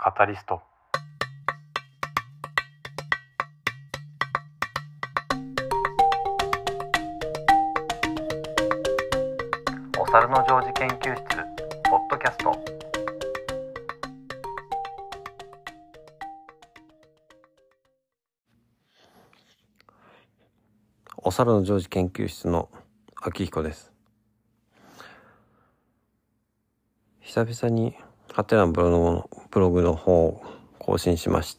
カタリスト。お猿のジョージ研究室ポッドキャスト。お猿のジョージ研究室の秋彦です。久々にハテナブログの方を更新しまして、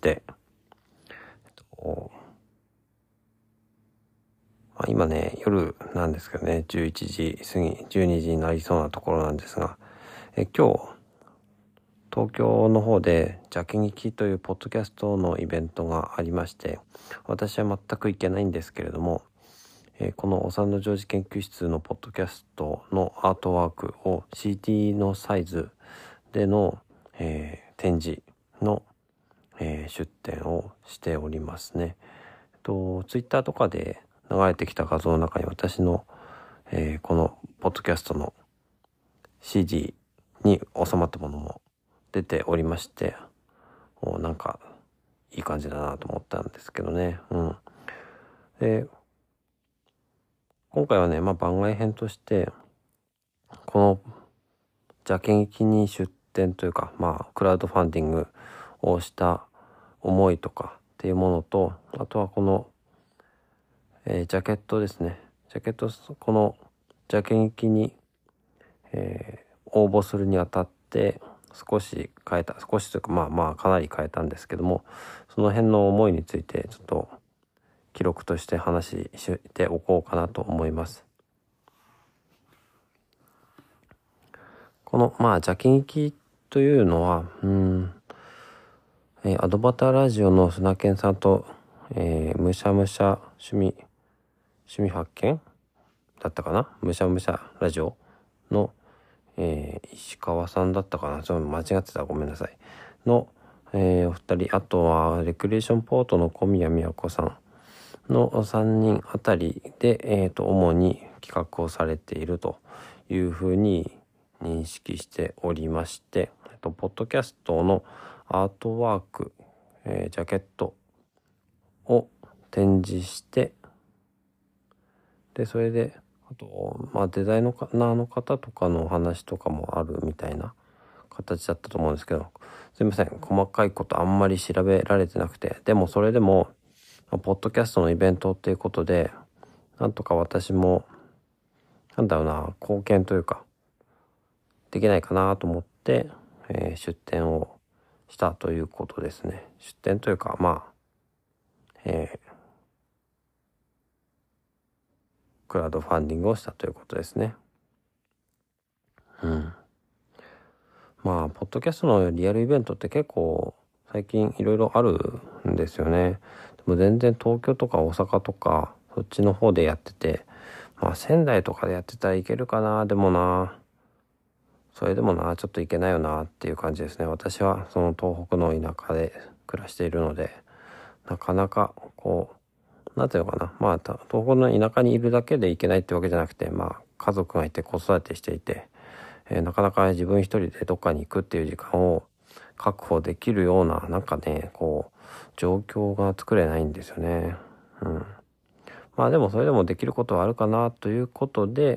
今ね夜なんですけどね、11時過ぎ12時になりそうなところなんですが、今日東京の方でジャケ劇というポッドキャストのイベントがありまして、私は全く行けないんですけれども、このお猿のジョージ研究室のポッドキャストのアートワークを CD のサイズでの、展示の、出展をしておりますね。ツイッターとかで流れてきた画像の中に私の、このポッドキャストの CD に収まったものも出ておりまして、なんかいい感じだなと思ったんですけどね。で今回はね、番外編としてこのジャケ劇に出展というか、クラウドファンディングをした思いとかっていうものと、あとはこの、ジャケットですね。このジャケ劇に、応募するにあたって少しというかかなり変えたんですけども、その辺の思いについてちょっと記録として話しておこうかなと思います。このジャケ劇というのはアドバターラジオの砂犬さんと、むしゃむしゃ趣味発見だったかな、むしゃむしゃラジオの、石川さんだったかな、ちょっと間違ってたらごめんなさいの、お二人、あとはレクリエーションポートの小宮宮子さんの3人あたりで、主に企画をされているというふうに認識しておりまして、ポッドキャストのアートワーク、ジャケットを展示して、でそれであとデザイナーの方とかのお話とかもあるみたいな形だったと思うんですけど、すみません、細かいことあんまり調べられてなくて、でもそれでもポッドキャストのイベントっていうことで、なんとか私も貢献というかできないかなと思って、出展をしたということですね。出展というかクラウドファンディングをしたということですね。ポッドキャストのリアルイベントって結構最近いろいろあるんですよね。でも全然東京とか大阪とかそっちの方でやってて、仙台とかでやってたらいけるかな、それでもちょっといけないよなっていう感じですね。私はその東北の田舎で暮らしているので、なかなかなんていうのかな、東北の田舎にいるだけでいけないってわけじゃなくて、家族がいて子育てしていて、なかなか自分一人でどっかに行くっていう時間を確保できるような状況が作れないんですよね。でもそれでもできることはあるかなということで、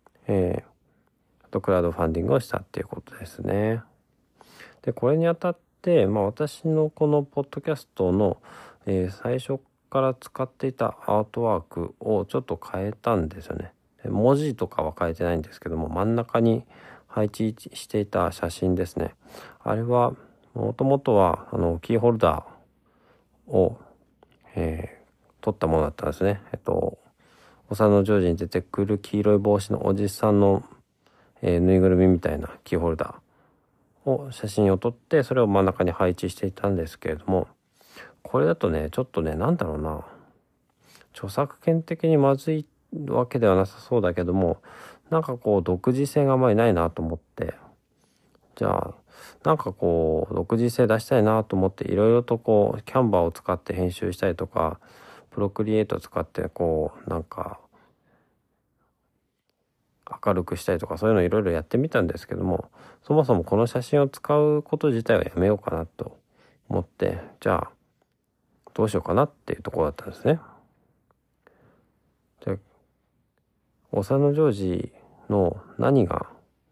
クラウドファンディングをしたっていうことですね。でこれにあたって、私のこのポッドキャストの、最初から使っていたアートワークをちょっと変えたんですよね。で文字とかは変えてないんですけども、真ん中に配置していた写真ですね。あれはもともとはキーホルダーを、撮ったものだったんですね。お猿のジョージに出てくる黄色い帽子のおじさんの、ぬいぐるみみたいなキーホルダーを写真を撮って、それを真ん中に配置していたんですけれども、これだとねちょっとね著作権的にまずいわけではなさそうだけども、独自性があまりないなと思って、じゃあ独自性出したいなと思って、いろいろとキャンバーを使って編集したりとか、プロクリエイトを使って明るくしたりとかそういうのいろいろやってみたんですけども、そもそもこの写真を使うこと自体はやめようかなと思って、じゃあどうしようかなっていうところだったんですね。で、幼ジョージの何が、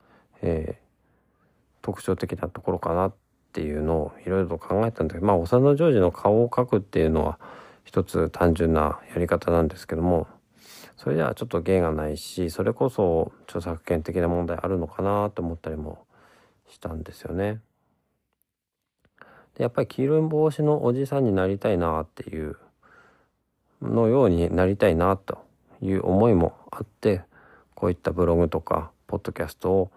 特徴的なところかなっていうのをいろいろと考えたんだけど、幼ジョージの顔を描くっていうのは一つ単純なやり方なんですけども、それではちょっと芸がないし、それこそ著作権的な問題あるのかなと思ったりもしたんですよね。で、やっぱり黄色い帽子のおじさんになりたいなっていうのようになりたいなという思いもあって、こういったブログとかポッドキャストを、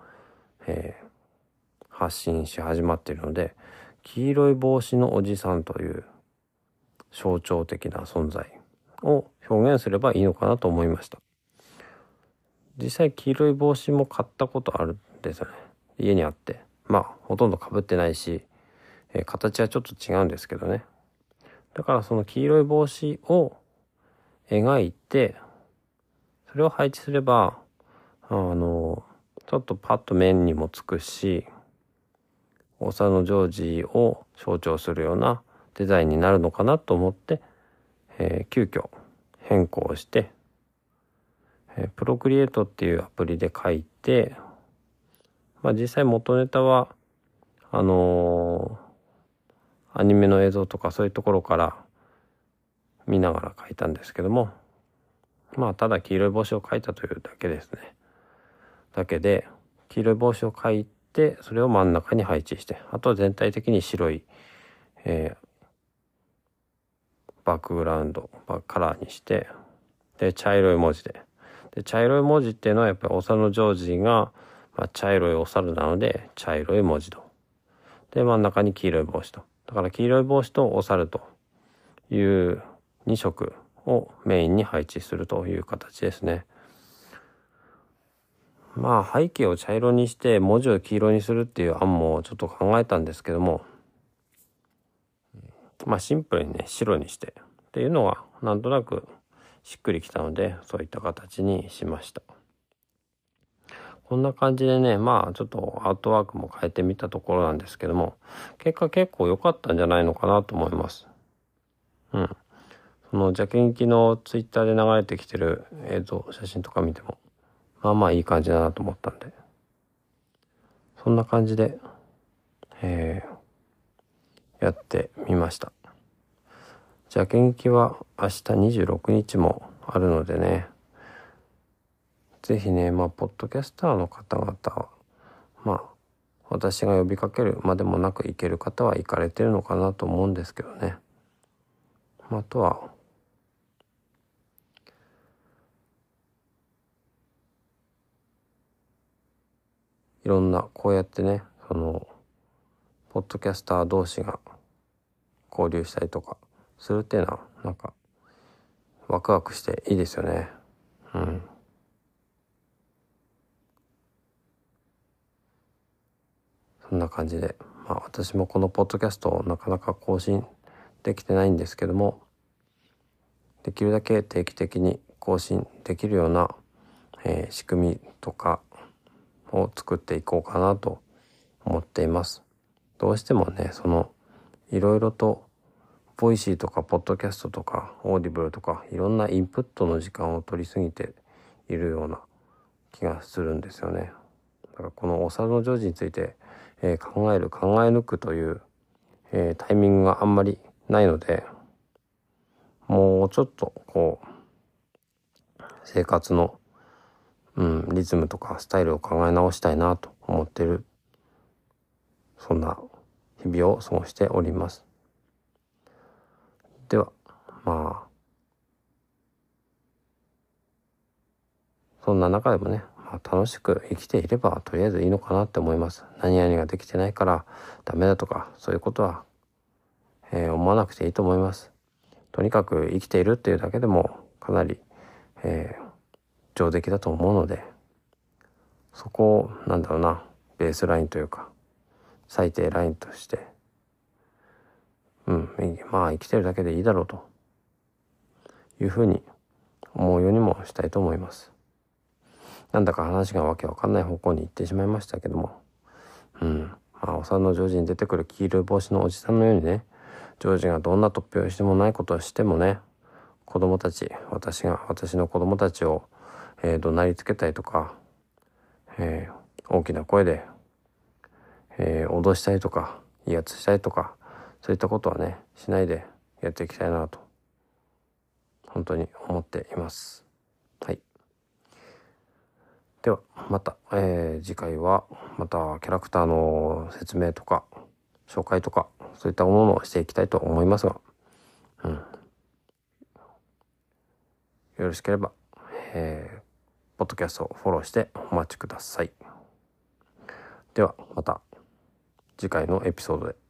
発信し始まっているので、黄色い帽子のおじさんという象徴的な存在を表現すればいいのかなと思いました。実際黄色い帽子も買ったことあるんですよね。家にあって。ほとんど被ってないし、形はちょっと違うんですけどね。だからその黄色い帽子を描いて、それを配置すれば、ちょっとパッと面にもつくし、幼ジョージを象徴するようなデザインになるのかなと思って、急遽変更して、プロクリエイトっていうアプリで書いて、実際元ネタはアニメの映像とかそういうところから見ながら書いたんですけども、ただ黄色い帽子を描いたというだけですね。だけで黄色い帽子を描いて、それを真ん中に配置して、あとは全体的に白い、バックグラウンドカラーにして、で茶色い文字で、茶色い文字っていうのはやっぱり幼ジョージが、茶色いお猿なので茶色い文字と、で真ん中に黄色い帽子と、だから黄色い帽子とお猿という2色をメインに配置するという形ですね。背景を茶色にして文字を黄色にするっていう案もちょっと考えたんですけども、シンプルにね白にしてっていうのがなんとなくしっくりきたので、そういった形にしました。こんな感じでね、ちょっとアートワークも変えてみたところなんですけども、結果結構良かったんじゃないのかなと思います。そのジャケンキのツイッターで流れてきてる映像、写真とか見ても、いい感じだなと思ったんで、そんな感じで、やってみました。ジャケンキは明日26日もあるのでね、ぜひね、ポッドキャスターの方々は、私が呼びかけるまでもなく行ける方は行かれてるのかなと思うんですけどね。あとは、いろんな、こうやってね、ポッドキャスター同士が交流したりとかするっていうのは、ワクワクしていいですよね。そんな感じで、私もこのポッドキャストをなかなか更新できてないんですけども、できるだけ定期的に更新できるような、仕組みとかを作っていこうかなと思っています。どうしてもね、いろいろとボイシーとかポッドキャストとかオーディブルとかいろんなインプットの時間を取りすぎているような気がするんですよね。だからこの幼ジョージについて、考え抜くという、タイミングがあんまりないので、もうちょっと生活の、リズムとかスタイルを考え直したいなと思っている、そんな日々を過ごしております。では、そんな中でもね、楽しく生きていればとりあえずいいのかなって思います。何々ができてないからダメだとか、そういうことは、思わなくていいと思います。とにかく生きているっていうだけでもかなり、上出来だと思うので、そこをベースラインというか最低ラインとして、生きてるだけでいいだろうというふうに思うようにもしたいと思います。 なんだか話がわけわかんない方向に行ってしまいましたけども、お産のジョージに出てくる黄色い帽子のおじさんのようにね、ジョージがどんな突拍子もないことをしてもね、子供たち、私の子供たちを、怒鳴りつけたりとか、大きな声で、脅したりとか、威圧したりとか、そういったことはね、しないでやっていきたいなと、本当に思っています。はい。では、また、次回は、またキャラクターの説明とか、紹介とか、そういったものをしていきたいと思いますが、よろしければ、ポッドキャストをフォローしてお待ちください。ではまた次回のエピソードで。